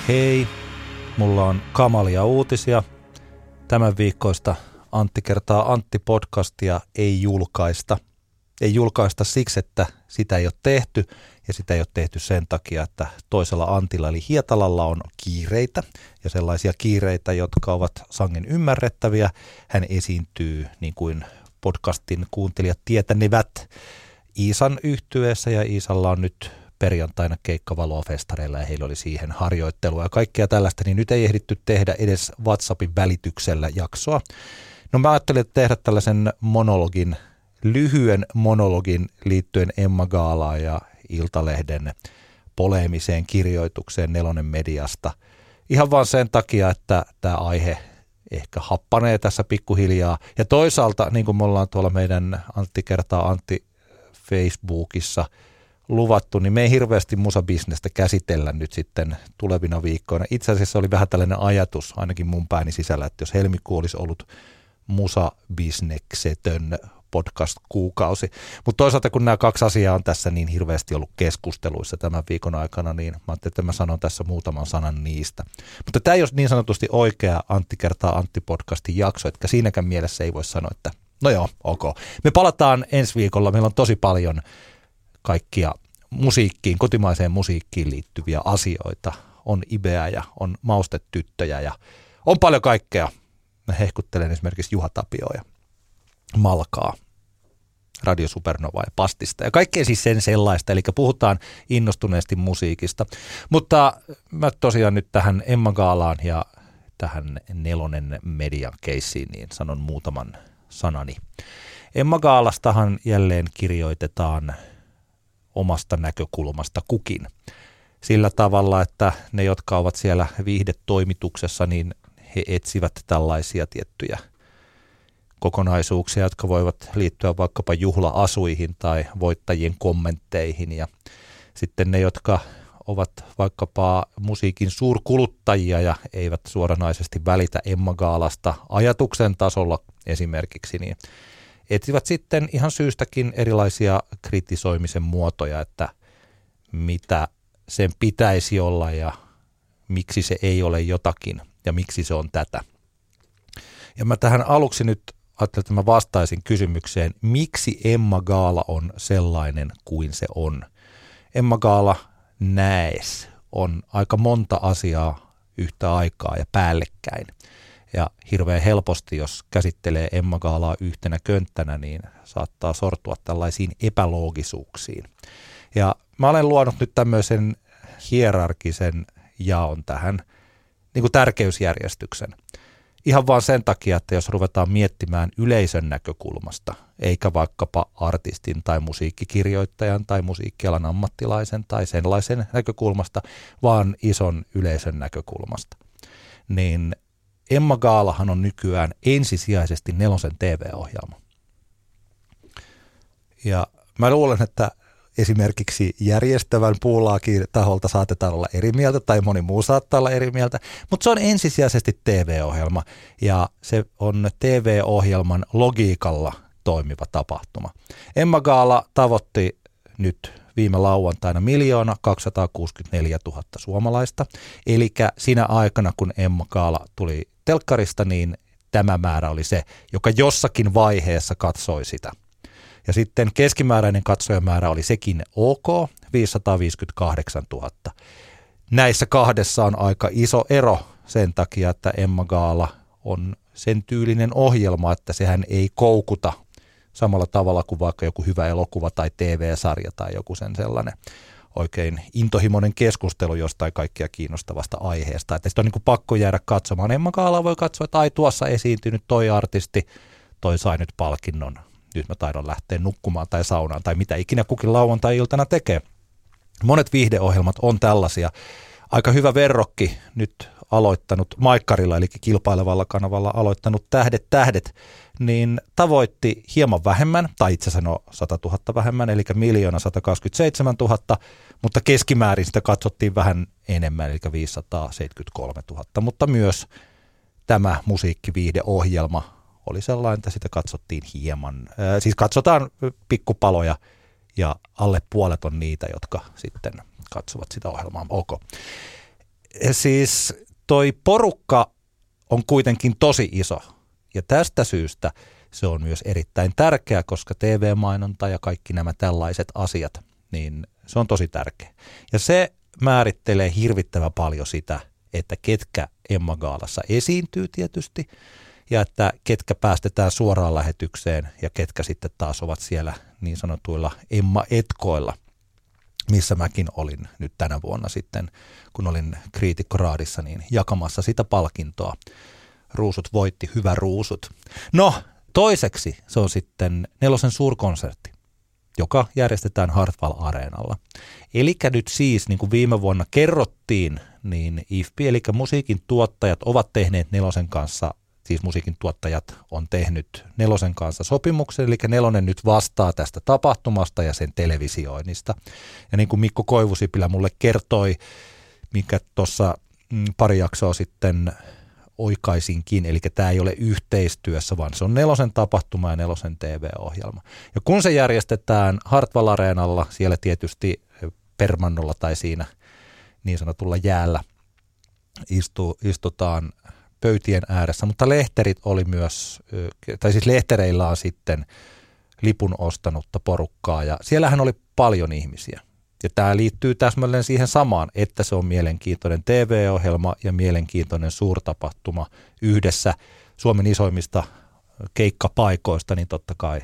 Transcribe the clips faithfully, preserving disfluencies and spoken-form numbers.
Hei, mulla on kamalia uutisia. Tämän viikkoista Antti kertaa Antti-podcastia ei julkaista. Ei julkaista siksi, että sitä ei ole tehty ja sitä ei ole tehty sen takia, että toisella Antilla eli Hietalalla on kiireitä ja sellaisia kiireitä, jotka ovat sangen ymmärrettäviä. Hän esiintyy niin kuin podcastin kuuntelijat tietänevät Iisan yhtyeessä ja Iisalla on nyt perjantaina keikka Valoa-festareilla ja heillä oli siihen harjoittelua ja kaikkea tällaista, niin nyt ei ehditty tehdä edes WhatsAppin välityksellä jaksoa. No mä ajattelin tehdä tällaisen monologin, lyhyen monologin liittyen Emma Gaalaan ja Iltalehden poleemiseen kirjoitukseen Nelonen Mediasta. Ihan vaan sen takia, että tämä aihe ehkä happanee tässä pikkuhiljaa. Ja toisaalta, niin kuin me ollaan tuolla meidän Antti kertaa Antti Facebookissa luvattu, niin me ei hirveästi musabisnestä käsitellä nyt sitten tulevina viikkoina. Itse asiassa oli vähän tällainen ajatus, ainakin mun pääni sisällä, että jos helmikuu olisi ollut musabisneksetön podcast-kuukausi. Mutta toisaalta kun nämä kaksi asiaa on tässä niin hirveästi ollut keskusteluissa tämän viikon aikana, niin mä ajattelin, että mä sanon tässä muutaman sanan niistä. Mutta tämä ei ole niin sanotusti oikea Antti kertaa Antti-podcastin jakso, etkä siinäkään mielessä ei voi sanoa, että no joo, ok. Me palataan ensi viikolla, meillä on tosi paljon kaikkia musiikkiin, kotimaiseen musiikkiin liittyviä asioita. On Ibeä ja on Maustetyttöjä ja on paljon kaikkea. Mä hehkuttelen esimerkiksi Juha Tapioa ja Malkaa, Radio Supernova ja Pastista ja kaikkea siis sen sellaista, eli puhutaan innostuneesti musiikista. Mutta mä tosiaan nyt tähän Emma Gaalaan ja tähän Nelonen Median keissiin niin sanon muutaman sanani. Emma Gaalastahan jälleen kirjoitetaan omasta näkökulmasta kukin. Sillä tavalla, että ne, jotka ovat siellä viihdetoimituksessa, niin he etsivät tällaisia tiettyjä kokonaisuuksia, jotka voivat liittyä vaikkapa juhla-asuihin tai voittajien kommentteihin. Ja sitten ne, jotka ovat vaikkapa musiikin suurkuluttajia ja eivät suoranaisesti välitä Emma Gaalasta ajatuksen tasolla esimerkiksi, niin etsivät sitten ihan syystäkin erilaisia kritisoimisen muotoja, että mitä sen pitäisi olla ja miksi se ei ole jotakin ja miksi se on tätä. Ja mä tähän aluksi nyt ajattelin, että mä vastaisin kysymykseen, miksi Emma Gaala on sellainen kuin se on. Emma Gaala näes on aika monta asiaa yhtä aikaa ja päällekkäin. Ja hirveän helposti, jos käsittelee Emma Gaalaa yhtenä könttänä, niin saattaa sortua tällaisiin epäloogisuuksiin. Ja mä olen luonut nyt tämmöisen hierarkisen jaon tähän niin kuin tärkeysjärjestyksen. Ihan vaan sen takia, että jos ruvetaan miettimään yleisön näkökulmasta, eikä vaikkapa artistin tai musiikkikirjoittajan tai musiikkialan ammattilaisen tai sellaisen näkökulmasta, vaan ison yleisön näkökulmasta, niin Emma Gaalahan on nykyään ensisijaisesti Nelosen T V-ohjelma. Ja mä luulen, että esimerkiksi järjestävän puulaakin taholta saatetaan olla eri mieltä tai moni muu saattaa olla eri mieltä, mutta se on ensisijaisesti T V-ohjelma ja se on T V-ohjelman logiikalla toimiva tapahtuma. Emma Gaala tavoitti nyt viime lauantaina miljoona kaksisataakuusikymmentäneljätuhatta suomalaista, eli siinä aikana kun Emma Gaala tuli telkkarista, niin tämä määrä oli se, joka jossakin vaiheessa katsoi sitä. Ja sitten keskimääräinen katsojamäärä oli sekin ok, viisisataaviisikymmentäkahdeksantuhatta. Näissä kahdessa on aika iso ero sen takia, että Emma Gaala on sen tyylinen ohjelma, että sehän ei koukuta samalla tavalla kuin vaikka joku hyvä elokuva tai T V-sarja tai joku sen sellainen oikein intohimoinen keskustelu jostain kaikkia kiinnostavasta aiheesta. Että sitä on niin kuin pakko jäädä katsomaan. Emma Gaalaa voi katsoa, että ai tuossa esiintynyt toi artisti, toi sai nyt palkinnon. Nyt mä taidon lähteä nukkumaan tai saunaan tai mitä ikinä kukin lauantai-iltana tekee. Monet viihdeohjelmat on tällaisia. Aika hyvä verrokki nyt aloittanut Maikkarilla, eli kilpailevalla kanavalla aloittanut Tähdet tähdet, niin tavoitti hieman vähemmän, tai itse asiassa no satatuhatta vähemmän, eli miljoona satakaksikymmentäseitsemäntuhatta, mutta keskimäärin sitä katsottiin vähän enemmän, eli viisisataaseitsemänkymmentäkolmetuhatta, mutta myös tämä musiikkiviihdeohjelma oli sellainen, että sitä katsottiin hieman, äh, siis katsotaan pikkupaloja ja alle puolet on niitä, jotka sitten katsovat sitä ohjelmaa. Ok. Siis toi porukka on kuitenkin tosi iso ja tästä syystä se on myös erittäin tärkeä, koska T V-mainonta ja kaikki nämä tällaiset asiat, niin se on tosi tärkeä. Ja se määrittelee hirvittävän paljon sitä, että ketkä Emma Gaalassa esiintyy tietysti ja että ketkä päästetään suoraan lähetykseen ja ketkä sitten taas ovat siellä niin sanotuilla Emma-etkoilla, missä mäkin olin nyt tänä vuonna sitten, kun olin Kriitikkoraadissa, niin jakamassa sitä palkintoa. Ruusut voitti, hyvä ruusut. No, toiseksi se on sitten Nelosen suurkonsertti, joka järjestetään Hartwall-areenalla. Eli nyt siis, niin kuin viime vuonna kerrottiin, niin I F P, eli musiikin tuottajat, ovat tehneet Nelosen kanssa, siis musiikin tuottajat on tehnyt Nelosen kanssa sopimuksen, eli Nelonen nyt vastaa tästä tapahtumasta ja sen televisioinnista. Ja niin kuin Mikko Koivusipilä mulle kertoi, mikä tuossa pari jaksoa sitten oikaisinkin, eli tämä ei ole yhteistyössä, vaan se on Nelosen tapahtuma ja Nelosen T V-ohjelma. Ja kun se järjestetään Hartwall-areenalla, siellä tietysti permannolla tai siinä niin sanotulla jäällä istu, istutaan pöytien ääressä, mutta lehterit oli myös, tai siis lehtereillä on sitten lipun ostanutta porukkaa ja siellähän oli paljon ihmisiä. Ja tämä liittyy täsmälleen siihen samaan, että se on mielenkiintoinen T V-ohjelma ja mielenkiintoinen suurtapahtuma yhdessä Suomen isoimmista keikkapaikoista, niin totta kai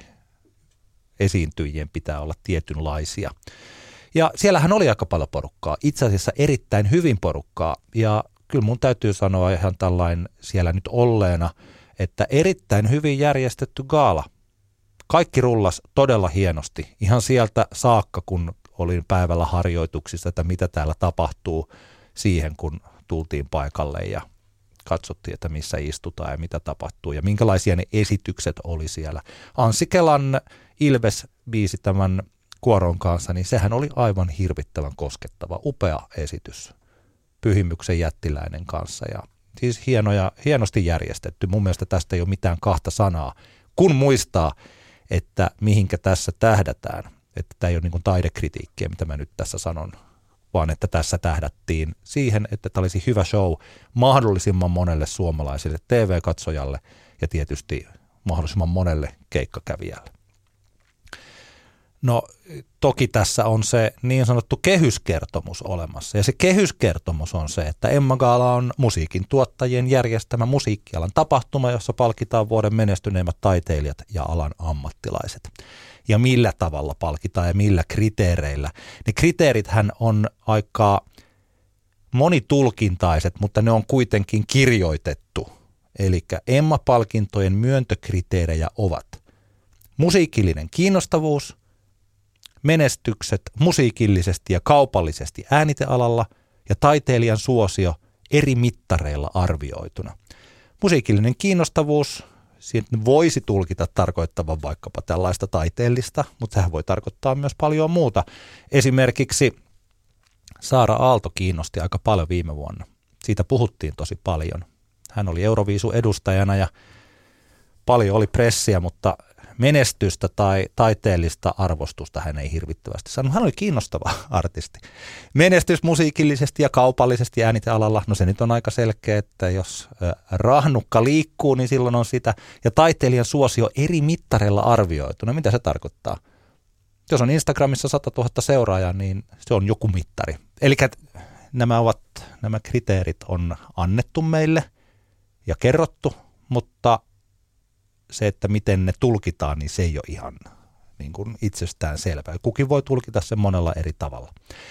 esiintyjien pitää olla tietynlaisia. Ja siellähän oli aika paljon porukkaa, itse asiassa erittäin hyvin porukkaa ja kyllä mun täytyy sanoa ihan tällainen siellä nyt olleena, että erittäin hyvin järjestetty gaala. Kaikki rullas todella hienosti, ihan sieltä saakka, kun olin päivällä harjoituksissa, että mitä täällä tapahtuu siihen, kun tultiin paikalle ja katsottiin, että missä istutaan ja mitä tapahtuu ja minkälaisia ne esitykset oli siellä. Anssi Kelan Ilves-biisi tämän kuoron kanssa, niin sehän oli aivan hirvittävän koskettava, upea esitys. Pyhimyksen jättiläinen kanssa ja siis hienoja, hienosti järjestetty. Mun mielestä tästä ei ole mitään kahta sanaa, kun muistaa, että mihinkä tässä tähdätään. Että tämä ei ole niin kuin taidekritiikkiä, mitä mä nyt tässä sanon, vaan että tässä tähdättiin siihen, että tämä olisi hyvä show mahdollisimman monelle suomalaiselle T V-katsojalle ja tietysti mahdollisimman monelle keikkakävijälle. No toki tässä on se niin sanottu kehyskertomus olemassa ja se kehyskertomus on se, että Emma Gaala on musiikin tuottajien järjestämä musiikkialan tapahtuma, jossa palkitaan vuoden menestyneimmät taiteilijat ja alan ammattilaiset. Ja millä tavalla palkitaan ja millä kriteereillä. Ne kriteerithän on aika monitulkintaiset, mutta ne on kuitenkin kirjoitettu. Eli Emma-palkintojen myöntökriteerejä ovat musiikillinen kiinnostavuus, menestykset musiikillisesti ja kaupallisesti äänitealalla ja taiteilijan suosio eri mittareilla arvioituna. Musiikillinen kiinnostavuus, siitä voisi tulkita tarkoittavan vaikkapa tällaista taiteellista, mutta sehän voi tarkoittaa myös paljon muuta. Esimerkiksi Saara Aalto kiinnosti aika paljon viime vuonna. Siitä puhuttiin tosi paljon. Hän oli Euroviisun edustajana ja paljon oli pressiä, mutta menestystä tai taiteellista arvostusta hän ei hirvittävästi saanut. Hän oli kiinnostava artisti. Menestys musiikillisesti ja kaupallisesti äänitealalla, no se nyt on aika selkeä, että jos rahnukka liikkuu, niin silloin on sitä. Ja taiteilijan suosio eri mittareilla arvioitu. No mitä se tarkoittaa? Jos on Instagramissa sata tuhatta seuraajaa, niin se on joku mittari. Eli nämä, ovat, nämä kriteerit on annettu meille ja kerrottu, mutta se, että miten ne tulkitaan, niin se ei ole ihan niin kuin itsestään selvää. Kukin voi tulkita sen monella eri tavalla.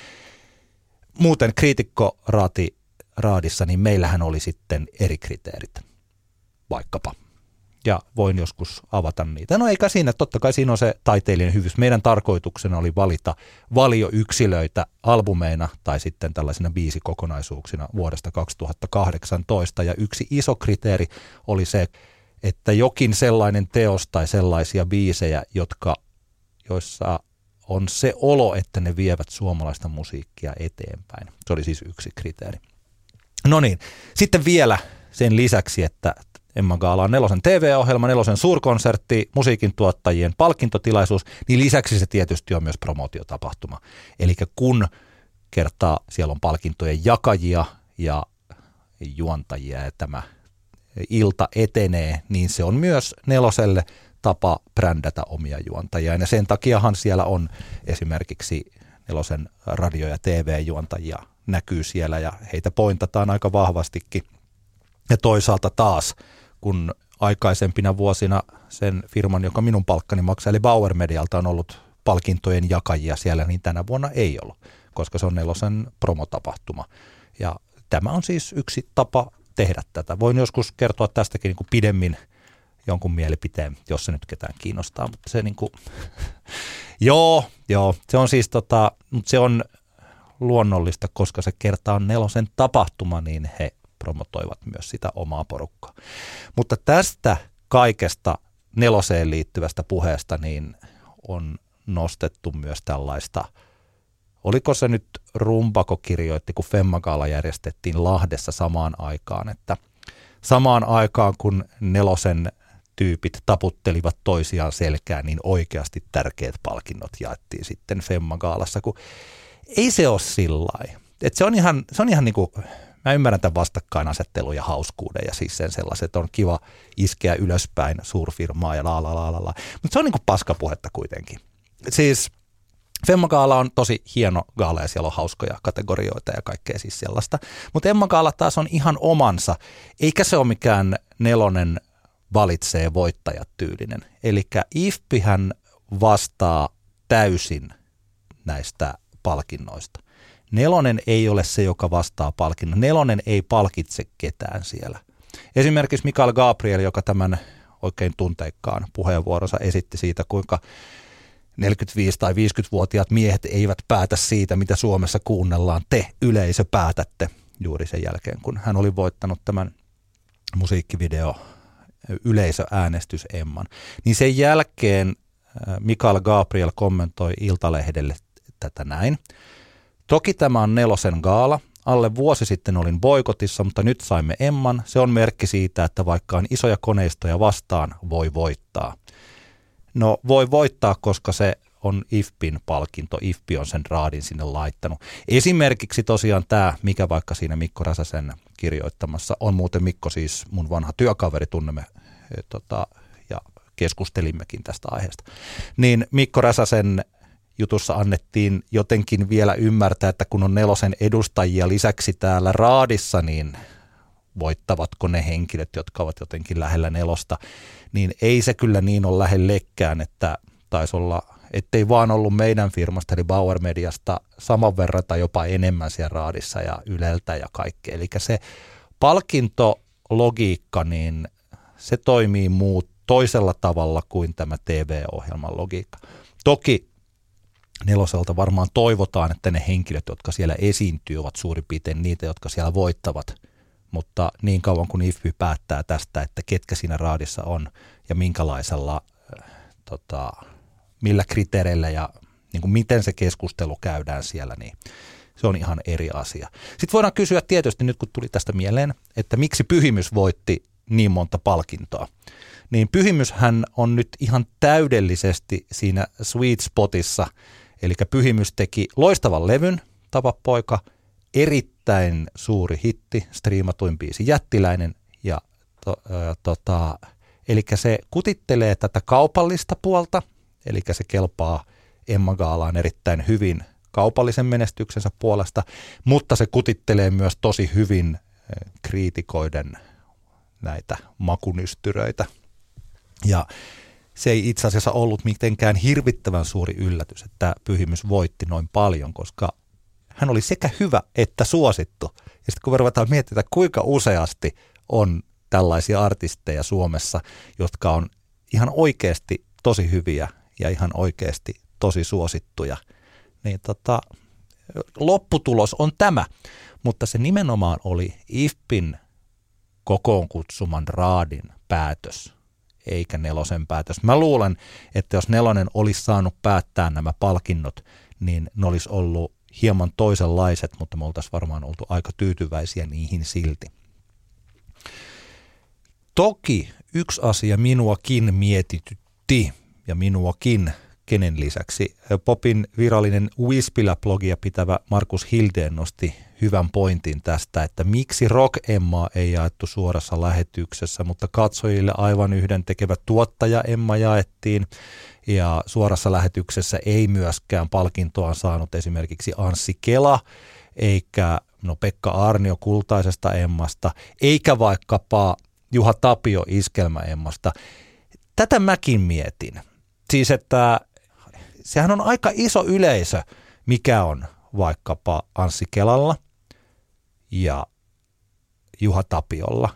Muuten kriitikkoraadissa, niin meillähän oli sitten eri kriteerit, vaikkapa. Ja voin joskus avata niitä. No eikä siinä, totta kai siinä on se taiteilijan hyvyys. Meidän tarkoituksena oli valita valioyksilöitä albumeina tai sitten tällaisina biisikokonaisuuksina vuodesta kaksituhattakahdeksantoista. Ja yksi iso kriteeri oli se, että jokin sellainen teos tai sellaisia biisejä, jotka, joissa on se olo, että ne vievät suomalaista musiikkia eteenpäin. Se oli siis yksi kriteeri. No niin, sitten vielä sen lisäksi, että Emma Gaala on Nelosen T V-ohjelma, Nelosen suurkonsertti, musiikin tuottajien palkintotilaisuus, niin lisäksi se tietysti on myös promootiotapahtuma. Eli kun kertaa siellä on palkintojen jakajia ja juontajia ja tämä ilta etenee, niin se on myös Neloselle tapa brändätä omia juontajia. Ja sen takiahan siellä on esimerkiksi Nelosen radio- ja T V-juontajia näkyy siellä ja heitä pointataan aika vahvastikin. Ja toisaalta taas, kun aikaisempina vuosina sen firman, joka minun palkkani maksaa, eli Bauer Medialta on ollut palkintojen jakajia siellä, niin tänä vuonna ei ollut, koska se on Nelosen promotapahtuma. Ja tämä on siis yksi tapa tehdä tätä. Voin joskus kertoa tästäkin niin kuin pidemmin jonkun mielipiteen, jos se nyt ketään kiinnostaa, mutta se niin kuin, joo, joo, se on siis tota, mutta se on luonnollista, koska se kerta on Nelosen tapahtuma, niin he promotoivat myös sitä omaa porukkaa. Mutta tästä kaikesta Neloseen liittyvästä puheesta niin on nostettu myös tällaista, oliko se nyt Rumpako kirjoitti, kun Femmagala järjestettiin Lahdessa samaan aikaan, että samaan aikaan kun Nelosen tyypit taputtelivat toisiaan selkään, niin oikeasti tärkeät palkinnot jaettiin sitten Femmagalassa, kun ei se ole sillai. Että se on ihan, se on ihan niin kuin, mä ymmärrän tämän vastakkainasettelun ja hauskuuden ja siis sen sellaiset, että on kiva iskeä ylöspäin suurfirmaa ja la la la la la. Mutta se on niin kuin paskapuhetta kuitenkin. Siis Femmagala on tosi hieno gaala ja siellä on hauskoja kategorioita ja kaikkea siis sellaista. Mutta Emmagala taas on ihan omansa, eikä se ole mikään Nelonen valitsee voittajat tyylinen. Eli I F P hän vastaa täysin näistä palkinnoista. Nelonen ei ole se, joka vastaa palkinnon. Nelonen ei palkitse ketään siellä. Esimerkiksi Mikael Gabriel, joka tämän oikein tunteikkaan puheenvuoronsa esitti siitä, kuinka neljäkymmentäviisi- tai viisikymmentävuotiaat miehet eivät päätä siitä, mitä Suomessa kuunnellaan. Te, yleisö, päätätte juuri sen jälkeen, kun hän oli voittanut tämän musiikkivideo yleisöäänestys Emman. Niin sen jälkeen Mikael Gabriel kommentoi Iltalehdelle tätä näin. Toki tämä on Nelosen gaala. Alle vuosi sitten olin boikotissa, mutta nyt saimme Emman. Se on merkki siitä, että vaikka on isoja koneistoja vastaan, voi voittaa. No voi voittaa, koska se on I F P:n palkinto. I F P on sen raadin sinne laittanut. Esimerkiksi tosiaan tämä, mikä vaikka siinä Mikko Räsäsen kirjoittamassa on muuten Mikko siis mun vanha työkaveri, tunnemme tota, ja keskustelimmekin tästä aiheesta. Niin Mikko Räsäsen jutussa annettiin jotenkin vielä ymmärtää, että kun on Nelosen edustajia lisäksi täällä raadissa, niin voittavatko ne henkilöt, jotka ovat jotenkin lähellä Nelosta, niin ei se kyllä niin ole lähellekään, että taisi olla, ettei vaan ollut meidän firmasta, eli Bauer Mediasta, saman verran tai jopa enemmän siellä raadissa ja Yleltä ja kaikkea. Eli se palkintologiikka, niin se toimii muut toisella tavalla kuin tämä T V-ohjelman logiikka. Toki Neloselta varmaan toivotaan, että ne henkilöt, jotka siellä esiintyy, ovat suurin piirtein niitä, jotka siellä voittavat. Mutta niin kauan kun I F P päättää tästä, että ketkä siinä raadissa on ja minkälaisella, äh, tota, millä kriteereillä ja niin kuin miten se keskustelu käydään siellä, niin se on ihan eri asia. Sitten voidaan kysyä tietysti nyt, kun tuli tästä mieleen, että miksi Pyhimys voitti niin monta palkintoa. Niin Pyhimyshän on nyt ihan täydellisesti siinä sweet spotissa, eli Pyhimys teki loistavan levyn, Tapa poika, erittäin suuri hitti, striimatuin biisi Jättiläinen, ja to, ä, tota, eli se kutittelee tätä kaupallista puolta, eli se kelpaa Emmagaalaan erittäin hyvin kaupallisen menestyksensä puolesta, mutta se kutittelee myös tosi hyvin kriitikoiden näitä makunystyröitä. Ja se ei itse asiassa ollut mitenkään hirvittävän suuri yllätys, että Pyhimys voitti noin paljon, koska hän oli sekä hyvä että suosittu. Ja sitten kun ruvetaan miettimään, kuinka useasti on tällaisia artisteja Suomessa, jotka on ihan oikeasti tosi hyviä ja ihan oikeasti tosi suosittuja, niin tota, lopputulos on tämä. Mutta se nimenomaan oli I F P:n kokoon kutsuman raadin päätös, eikä Nelosen päätös. Mä luulen, että jos Nelonen olisi saanut päättää nämä palkinnot, niin ne olisi ollut hieman toisenlaiset, mutta me oltaisiin varmaan oltu aika tyytyväisiä niihin silti. Toki yksi asia minuakin mietitytti ja minuakin kenen lisäksi. Popin virallinen Wispilä-blogia pitävä Markus Hildén nosti hyvän pointin tästä, että miksi Rock-Emmaa ei jaettu suorassa lähetyksessä, mutta katsojille aivan yhden tekevä tuottaja Emma jaettiin. Ja suorassa lähetyksessä ei myöskään palkintoa saanut esimerkiksi Anssi Kela, eikä no Pekka Aarnio Kultaisesta Emmasta, eikä vaikkapa Juha Tapio Iskelmä-Emmasta. Tätä mäkin mietin. Siis, että sehän on aika iso yleisö, mikä on vaikkapa Anssi Kelalla ja Juha Tapiolla.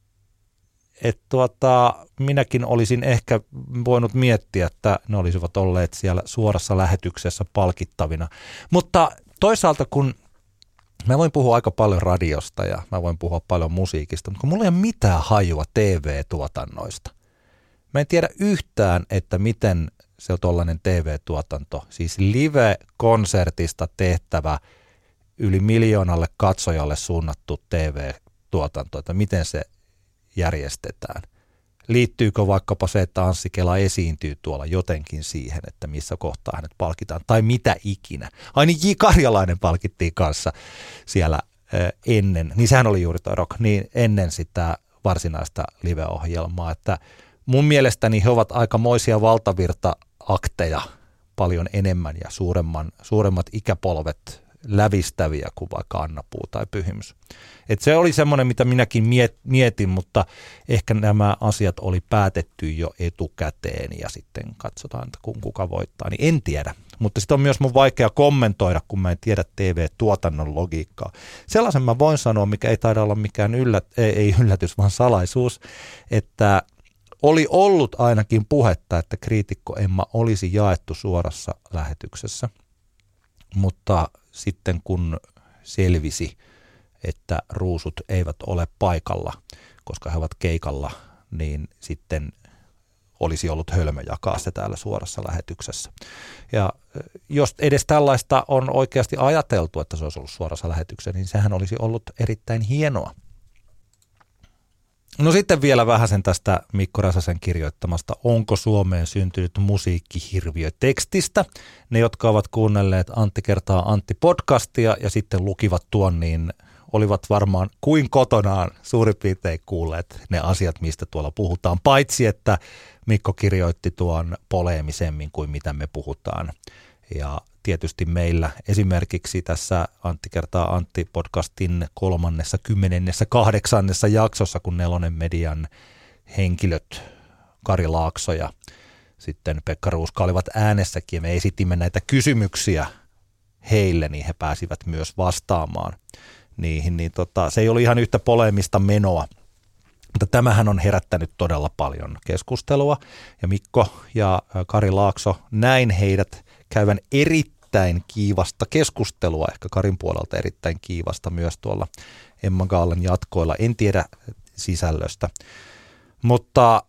Että tuota, minäkin olisin ehkä voinut miettiä, että ne olisivat olleet siellä suorassa lähetyksessä palkittavina. Mutta toisaalta kun mä voin puhua aika paljon radiosta ja mä voin puhua paljon musiikista, mutta kun mulla ei ole mitään hajua T V-tuotannoista. Mä en tiedä yhtään, että miten se on tollainen T V-tuotanto, siis live-konsertista tehtävä yli miljoonalle katsojalle suunnattu T V-tuotanto, että miten se järjestetään. Liittyykö vaikkapa se, että Anssi Kela esiintyy tuolla jotenkin siihen, että missä kohtaa hänet palkitaan, tai mitä ikinä. Ai niin, J. Karjalainen palkittiin kanssa siellä ennen, niin sehän oli juuri toi Rock, niin ennen sitä varsinaista live-ohjelmaa, että mun mielestäni he ovat aikamoisia valtavirta-akteja paljon enemmän ja suuremman, suuremmat ikäpolvet lävistäviä kuin vaikka Anna Puu tai Pyhimys. Et se oli semmoinen, mitä minäkin mietin, mutta ehkä nämä asiat oli päätetty jo etukäteen ja sitten katsotaan, että kun kuka voittaa, niin en tiedä. Mutta sitten on myös mun vaikea kommentoida, kun mä en tiedä T V-tuotannon logiikkaa. Sellaisen mä voin sanoa, mikä ei taida olla mikään yllät, ei, ei yllätys, vaan salaisuus, että oli ollut ainakin puhetta, että Kriitikko Emma olisi jaettu suorassa lähetyksessä, mutta sitten kun selvisi, että ruusut eivät ole paikalla, koska he ovat keikalla, niin sitten olisi ollut hölmö jakaa se täällä suorassa lähetyksessä. Ja jos edes tällaista on oikeasti ajateltu, että se olisi ollut suorassa lähetyksessä, niin sehän olisi ollut erittäin hienoa. No sitten vielä vähän sen tästä Mikko Räsäsen kirjoittamasta Onko Suomeen syntynyt musiikkihirviö -tekstistä. Ne, jotka ovat kuunnelleet Antti kertaa Antti podcastia ja sitten lukivat tuon, niin olivat varmaan kuin kotonaan suurin piirtein kuulleet ne asiat, mistä tuolla puhutaan. Paitsi, että Mikko kirjoitti tuon poleemisemmin kuin mitä me puhutaan. Ja tietysti meillä esimerkiksi tässä Antti kertaa Antti podcastin kolmannessa, kymmenennessä, kahdeksannessa jaksossa, kun Nelonen Median henkilöt Kari Laakso ja sitten Pekka Ruuska olivat äänessäkin ja me esitimme näitä kysymyksiä heille, niin he pääsivät myös vastaamaan niihin. Niin tota, se ei ollut ihan yhtä poleemista menoa, mutta tämähän on herättänyt todella paljon keskustelua ja Mikko ja Kari Laakso, näin heidät käyvän erittäin kiivasta keskustelua, ehkä Karin puolelta erittäin kiivasta myös tuolla Emma Gaalan jatkoilla. En tiedä sisällöstä, mutta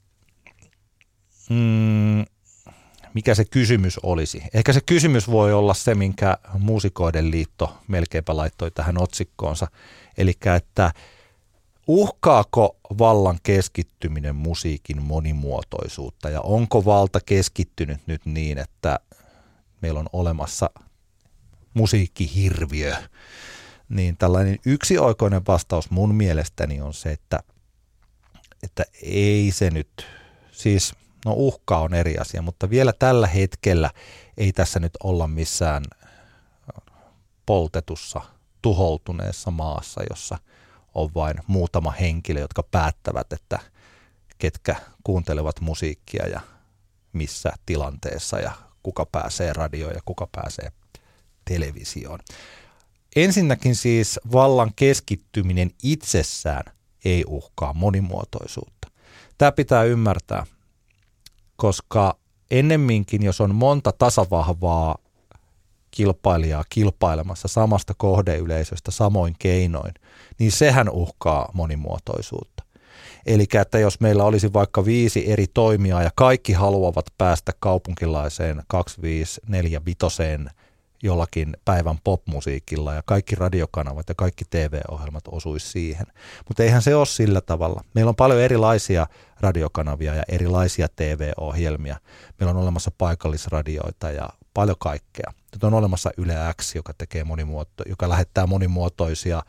mm, mikä se kysymys olisi? Ehkä se kysymys voi olla se, minkä Muusikoiden liitto melkeinpä laittoi tähän otsikkoonsa, eli että uhkaako vallan keskittyminen musiikin monimuotoisuutta ja onko valta keskittynyt nyt niin, että meillä on olemassa musiikkihirviö, niin tällainen yksioikoinen vastaus mun mielestäni on se, että, että ei se nyt, siis no uhka on eri asia, mutta vielä tällä hetkellä ei tässä nyt olla missään poltetussa, tuhoutuneessa maassa, jossa on vain muutama henkilö, jotka päättävät, että ketkä kuuntelevat musiikkia ja missä tilanteessa ja kuka pääsee radioon ja kuka pääsee televisioon. Ensinnäkin siis vallan keskittyminen itsessään ei uhkaa monimuotoisuutta. Tämä pitää ymmärtää, koska ennemminkin, jos on monta tasavahvaa kilpailijaa kilpailemassa samasta kohdeyleisöstä samoin keinoin, niin sehän uhkaa monimuotoisuutta. Eli että jos meillä olisi vaikka viisi eri toimijaa ja kaikki haluavat päästä kaupunkilaiseen kaksi viisi neljä viisi jollakin päivän popmusiikilla ja kaikki radiokanavat ja kaikki T V-ohjelmat osuisi siihen. Mutta eihän se ole sillä tavalla. Meillä on paljon erilaisia radiokanavia ja erilaisia T V-ohjelmia. Meillä on olemassa paikallisradioita ja paljon kaikkea. Nyt on olemassa Yle X, joka tekee monimuoto, joka lähettää monimuotoisia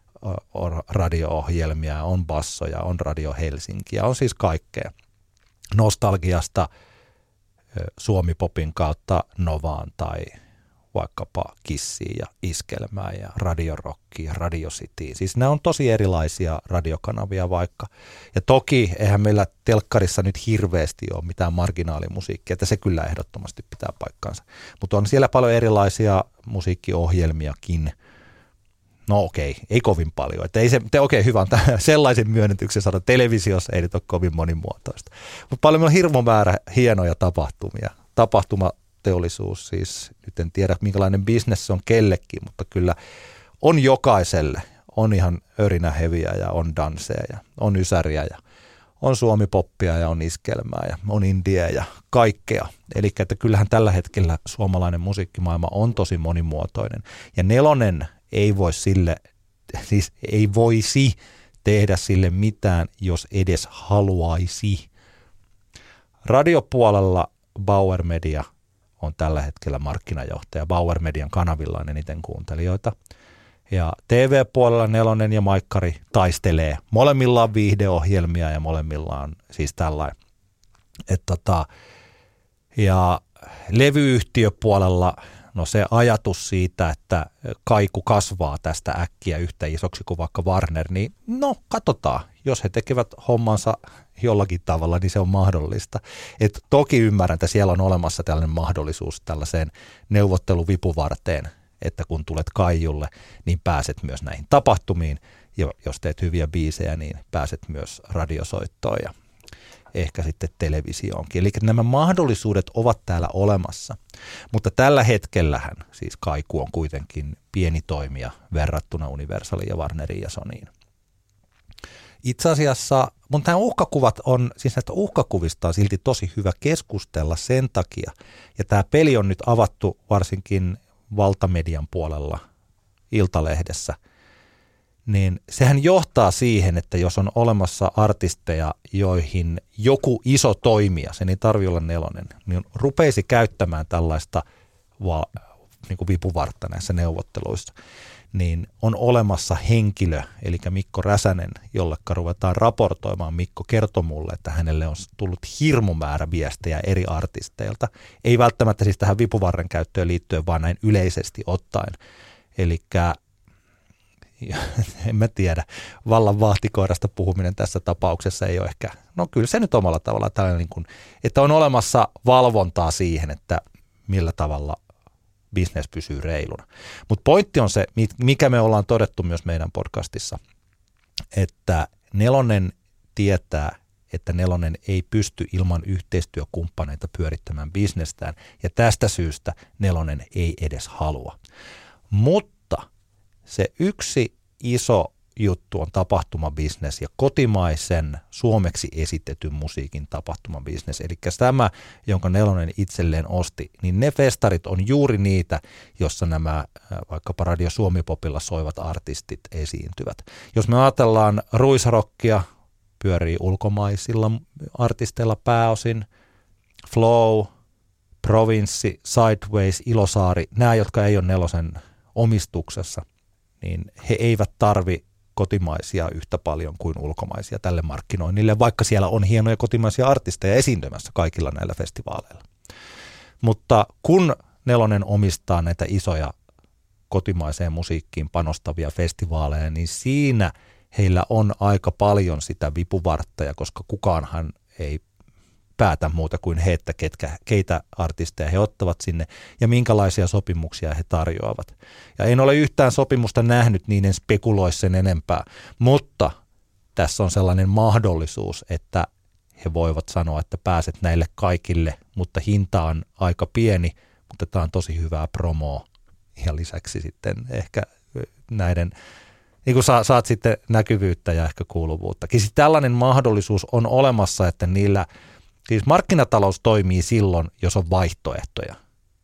radio-ohjelmia, on bassoja, on Radio Helsinkiä, on siis kaikkea. Nostalgiasta Suomi-popin kautta Novaan tai vaikkapa Kissiin ja Iskelmään ja Radio Rockiin ja Radio Cityin. Siis nämä on tosi erilaisia radiokanavia vaikka. Ja toki eihän meillä telkkarissa nyt hirveästi ole mitään marginaalimusiikkia, että se kyllä ehdottomasti pitää paikkansa. Mutta on siellä paljon erilaisia musiikkiohjelmiakin. No okei, ei kovin paljon. Että ei se, te okei, hyvä on sellaisen myönnytyksen saada televisiossa, ei nyt ole kovin monimuotoista. Mutta paljon meillä on hirveän määrä hienoja tapahtumia. Tapahtumateollisuus siis, nyt en tiedä minkälainen bisnes se on kellekin, mutta kyllä on jokaiselle. On ihan örinäheviä ja on danseja ja on ysäriä ja on suomipoppia ja on iskelmää ja on indiaa ja kaikkea. Eli että kyllähän tällä hetkellä suomalainen musiikkimaailma on tosi monimuotoinen. Ja Nelonen ei voi sille, siis ei voisi tehdä sille mitään, jos edes haluaisi. Radiopuolella Bauer Media on tällä hetkellä markkinajohtaja. Bauer Median kanavilla on eniten kuuntelijoita. Ja T V-puolella Nelonen ja Maikkari taistelee. Molemmilla on viihdeohjelmia ja molemmilla on siis tällainen. Et tota, ja levyyhtiöpuolella no se ajatus siitä, että kaiku kasvaa tästä äkkiä yhtä isoksi kuin vaikka Warner, niin no katsotaan. Jos he tekevät hommansa jollakin tavalla, niin se on mahdollista. Et toki ymmärrän, että siellä on olemassa tällainen mahdollisuus tällaiseen neuvotteluvipuvarteen, että kun tulet Kaijulle, niin pääset myös näihin tapahtumiin. Ja jos teet hyviä biisejä, niin pääset myös radiosoittoon ja ehkä sitten televisioonkin. Eli nämä mahdollisuudet ovat täällä olemassa, mutta tällä hetkellähän siis Kaiku on kuitenkin pieni toimija verrattuna Universaliin ja Warneriin ja Sonyin. Itse asiassa, mutta nämä uhkakuvat on, siis näistä uhkakuvista on silti tosi hyvä keskustella sen takia, ja tämä peli on nyt avattu varsinkin valtamedian puolella Iltalehdessä, niin sehän johtaa siihen, että jos on olemassa artisteja, joihin joku iso toimija, sen ei tarvitse olla Nelonen, niin rupeisi käyttämään tällaista va, niin kuin vipuvartta näissä neuvotteluissa, niin on olemassa henkilö, eli Mikko Räsänen, jolle ruvetaan raportoimaan. Mikko kertoi mulle, että hänelle on tullut hirmu määrä viestejä eri artisteilta. Ei välttämättä siis tähän vipuvarren käyttöön liittyen, vaan näin yleisesti ottaen. Elikkä en mä tiedä, vallan vahtikoirasta puhuminen tässä tapauksessa ei ole ehkä, no kyllä se nyt omalla tavalla tällainen, niin kuin, että on olemassa valvontaa siihen, että millä tavalla business pysyy reiluna. Mutta pointti on se, mikä me ollaan todettu myös meidän podcastissa, että Nelonen tietää, että Nelonen ei pysty ilman yhteistyökumppaneita pyörittämään bisnestään, ja tästä syystä Nelonen ei edes halua. Mutta se yksi iso juttu on tapahtumabisnes ja kotimaisen suomeksi esitetyn musiikin tapahtumabisnes. Eli tämä, jonka Nelonen itselleen osti, niin ne festarit on juuri niitä, jossa nämä vaikkapa Radio Suomi-popilla soivat artistit esiintyvät. Jos me ajatellaan ruisrockia, pyörii ulkomaisilla artisteilla pääosin, Flow, Provinssi, Sideways, Ilosaari, nämä, jotka ei ole Nelosen omistuksessa, niin he eivät tarvi kotimaisia yhtä paljon kuin ulkomaisia tälle markkinoinnille, vaikka siellä on hienoja kotimaisia artisteja esiintymässä kaikilla näillä festivaaleilla. Mutta kun Nelonen omistaa näitä isoja kotimaiseen musiikkiin panostavia festivaaleja, niin siinä heillä on aika paljon sitä vipuvarttaa, koska kukaanhan ei päätä muuta kuin he, että ketkä, keitä artisteja he ottavat sinne ja minkälaisia sopimuksia he tarjoavat. Ja en ole yhtään sopimusta nähnyt, niin en spekuloi sen enempää, mutta tässä on sellainen mahdollisuus, että he voivat sanoa, että pääset näille kaikille, mutta hinta on aika pieni, mutta tämä on tosi hyvää promoa ja lisäksi sitten ehkä näiden, niin kuin sa, saat sitten näkyvyyttä ja ehkä kuuluvuuttakin. Siis tällainen mahdollisuus on olemassa, että niillä, siis markkinatalous toimii silloin, jos on vaihtoehtoja.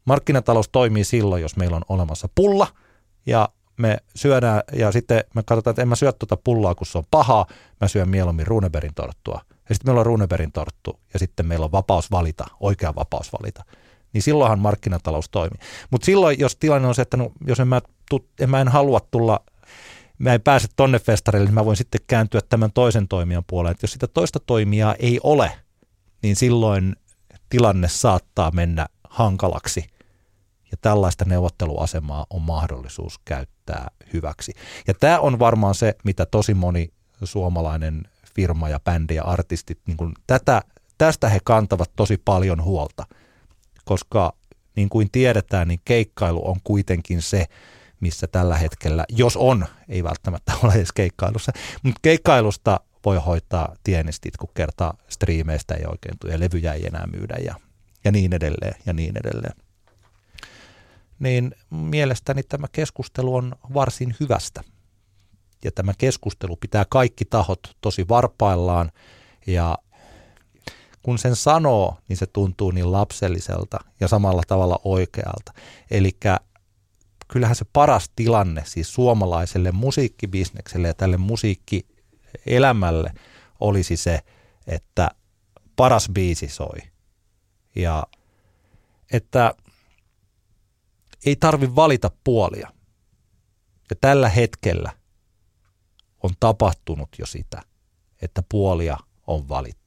Markkinatalous toimii silloin, jos meillä on olemassa pulla ja me syödään ja sitten me katsotaan, että en mä syö tuota pullaa, kun se on pahaa, mä syön mieluummin Runebergin torttua. Ja sitten meillä on Runebergin torttu ja sitten meillä on vapaus valita, oikea vapaus valita. Niin silloinhan markkinatalous toimii. Mutta silloin, jos tilanne on se, että no, jos en mä, tu, en mä en halua tulla, mä en pääse tonne festarille, niin mä voin sitten kääntyä tämän toisen toimijan puoleen. Että jos sitä toista toimijaa ei ole, niin silloin tilanne saattaa mennä hankalaksi. Ja tällaista neuvotteluasemaa on mahdollisuus käyttää hyväksi. Ja tämä on varmaan se, mitä tosi moni suomalainen firma ja bändi ja artistit, niin kun tätä, tästä he kantavat tosi paljon huolta. Koska niin kuin tiedetään, niin keikkailu on kuitenkin se, missä tällä hetkellä, jos on, ei välttämättä ole edes keikkailussa, mutta keikkailusta voi hoitaa tienestit, kun kertaa striimeistä ei oikein tule ja levyjä ei enää myydä ja, ja niin edelleen ja niin edelleen. Niin mielestäni tämä keskustelu on varsin hyvästä. Ja tämä keskustelu pitää kaikki tahot tosi varpaillaan ja kun sen sanoo, niin se tuntuu niin lapselliselta ja samalla tavalla oikealta. Eli kyllähän se paras tilanne siis suomalaiselle musiikkibisnekselle ja tälle musiikkielämälle olisi se, että paras biisi soi. Ja että ei tarvitse valita puolia. Ja tällä hetkellä on tapahtunut jo sitä, että puolia on valittu.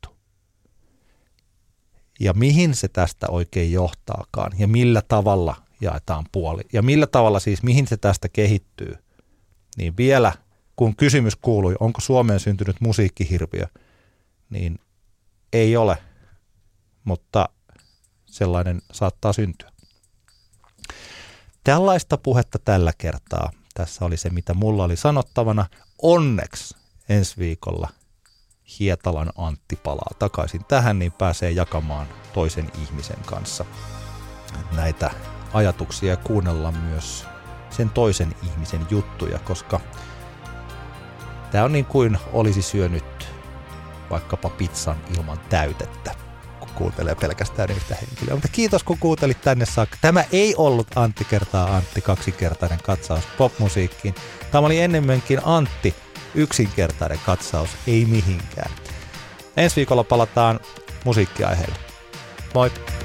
Ja mihin se tästä oikein johtaakaan ja millä tavalla jaetaan puoli ja millä tavalla siis mihin se tästä kehittyy, niin vielä kun kysymys kuului, onko Suomeen syntynyt musiikkihirviö, niin ei ole, mutta sellainen saattaa syntyä. Tällaista puhetta tällä kertaa. Tässä oli se, mitä mulla oli sanottavana. Onneksi ensi viikolla Hietalan Antti palaa takaisin tähän, niin pääsee jakamaan toisen ihmisen kanssa näitä ajatuksia ja kuunnella myös sen toisen ihmisen juttuja, koska tämä on niin kuin olisi syönyt vaikkapa pizzan ilman täytettä, kun kuuntelee pelkästään yhtä henkilöä. Mutta kiitos, kun kuuntelit tänne saakka. Tämä ei ollut Antti kertaa Antti kaksinkertainen katsaus popmusiikkiin. Tämä oli enemmänkin Antti yksinkertainen katsaus, ei mihinkään. Ensi viikolla palataan musiikkiaiheelle. Moi!